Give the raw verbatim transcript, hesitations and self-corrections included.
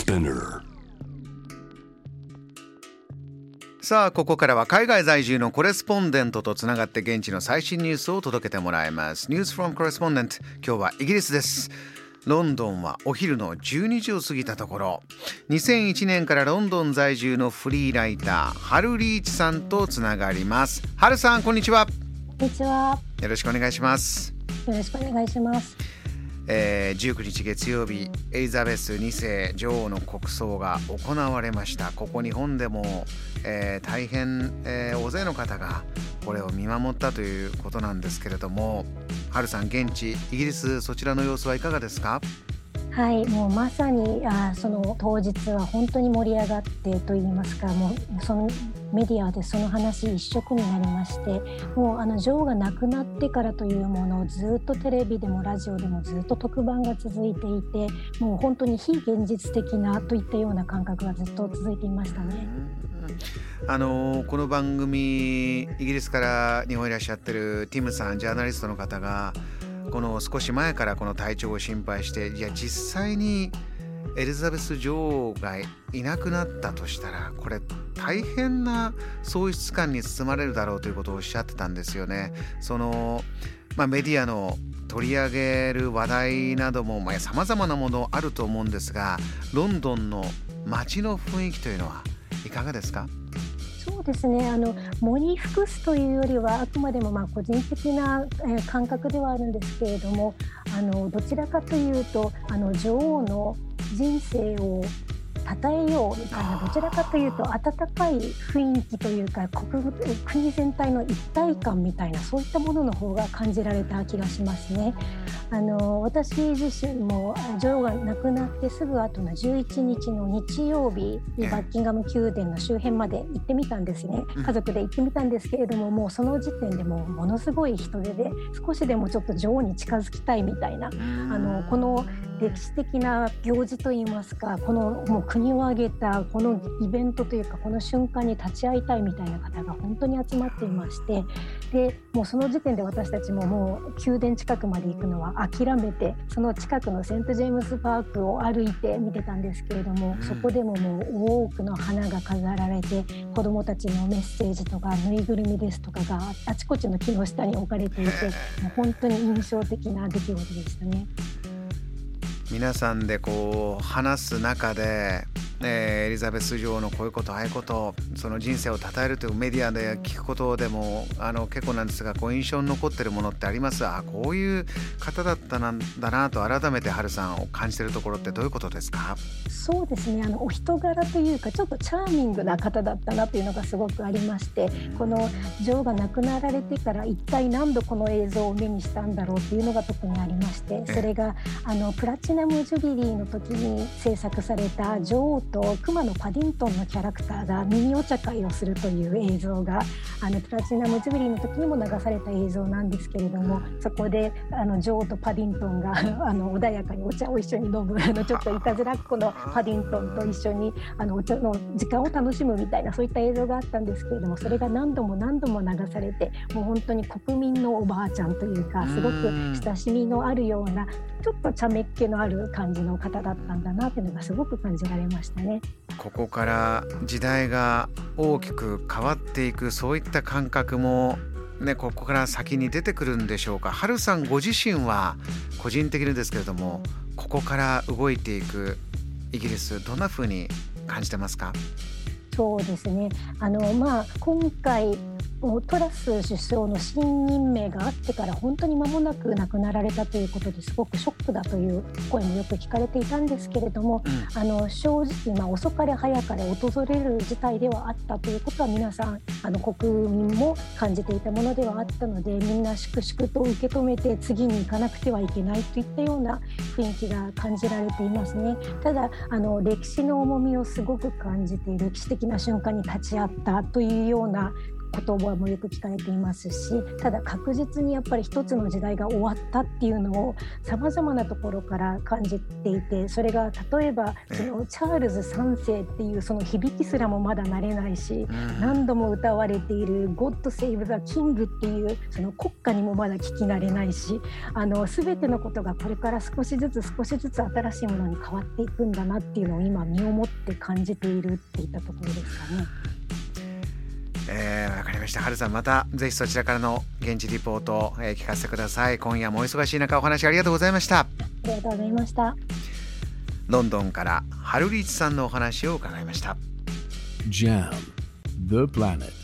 Spinner。 さあここからは海外在住のコレスポンデントとつながって現地の最新ニュースを届けてもらいます。 News from Correspondent。 今日はイギリスです。ロンドンはお昼のじゅうにじを過ぎたところ、にせんいちねんからロンドン在住のフリーライターハル・リーチさんとつながります。ハルさん、こんにちは。 こんにちは。 よろしくお願いします。 よろしくお願いします。 えー、じゅうくにち月曜日、エリザベスにせい女王の国葬が行われました。ここ日本でも、えー、大変、えー、大勢の方がこれを見守ったということなんですけれども、ハルさん、現地イギリス、そちらの様子はいかがですか？ はい、もうまさにあその当日は本当に盛り上がってといいますか、もうそのメディアでその話一色になりまして、もうあの女王が亡くなってからというものをずっとテレビでもラジオでもずっと特番が続いていて、もう本当に非現実的なといったような感覚がずっと続いていましたね。 あのこの番組、イギリスから日本いらっしゃってるティムさん、ジャーナリストの方がこの少し前からこの体調を心配して、いや実際にエリザベス女王がいなくなったとしたらこれ大変な喪失感に包まれるだろうということをおっしゃってたんですよね。その、まあ、メディアの取り上げる話題などもさまざ、まなものあると思うんですが、ロンドンの街の雰囲気というのはいかがですか？ そうですね、あの喪に服すというよりはあくまでもまあ個人的な、えー、感覚ではあるんですけれども、あのどちらかというとあの女王の人生を称えようみたいな、どちらかというと温かい雰囲気というか 国, 国全体の一体感みたいな、そういったものの方が感じられた気がしますね。あの私自身も女王が亡くなってすぐ後のじゅういちにちの日曜日にバッキンガム宮殿の周辺まで行ってみたんですね。家族で行ってみたんですけれども、もうその時点でもうものすごい人出で、少しでもちょっと女王に近づきたいみたいな、あのこの歴史的な行事といいますか、このもう国を挙げたこのイベントというか、この瞬間に立ち会いたいみたいな方が本当に集まっていまして、でもうその時点で私たちももう宮殿近くまで行くのは諦めて、その近くのセントジェームズパークを歩いて見てたんですけれども、うん、そこでももう多くの花が飾られて、子どもたちのメッセージとかぬいぐるみですとかがあちこちの木の下に置かれていて、もう本当に印象的な出来事でしたね。 皆さんでこう話す中で、えー、エリザベス女王のこういうことああいうこと、その人生を称えるというメディアで聞くことでもあの結構なんですが、こう印象に残ってるものってあります？あ、こういう方だったんだなと改めてハルさんを感じてるところってどういうことですか？ そうですね、あのお人柄というかちょっとチャーミングな方だったなというのがすごくありまして、この女王が亡くなられてから一体何度この映像を目にしたんだろうっていうのが特にありまして、それがあのプラチナムジュビリーの時に制作された女王と熊のパディントンのキャラクターが耳お茶会をするという映像があのプラチナムジュビリーの時にも流された映像なんですけれども、そこであの女王とパディントンがあの穏やかにお茶を一緒に飲む、あのちょっといたずらっ子のパディントンと一緒にあのお茶の時間を楽しむみたいな、そういった映像があったんですけれども、それが何度も何度も流されて、もう本当に国民のおばあちゃんというか、すごく親しみのあるようなちょっと茶目っ気のある感じの方だったんだなというのがすごく感じられましたね。 ここから時代が大きく変わっていく、そういった感覚もね、ここから先に出てくるんでしょうか。ハルさんご自身は個人的にですけれども、ここから動いていくイギリス、どんな風に感じてますか？ そうですね、あの、まあ、今回トラス首相の新任命があってから本当に間もなく亡くなられたということですごくショックだという声もよく聞かれていたんですけれども、うん、あの正直、まあ、遅かれ早かれ訪れる事態ではあったということは皆さんあの国民も感じていたものではあったので、みんな粛々と受け止めて次に行かなくてはいけないといったような雰囲気が感じられていますね。ただあの歴史の重みをすごく感じて、歴史的な瞬間に立ち会ったというような言葉もよく聞かれていますし、ただ確実にやっぱり一つの時代が終わったっていうのをさまざまなところから感じていて、それが例えばそのチャールズさんせいっていうその響きすらもまだ慣れないし、何度も歌われている God Save the King っていうその国歌にもまだ聞き慣れないし、あの全てのことがこれから少しずつ少しずつ新しいものに変わっていくんだなっていうのを今身をもって感じているっていったところですかね。 えー、わかりました。はるさん、またぜひそちらからの現地リポートを、えー、聞かせてください。今夜もお忙しい中お話ありがとうございました。 ありがとうございました。 ロンドンからハルリーチさんのお話を伺いました。 ジャム The Planet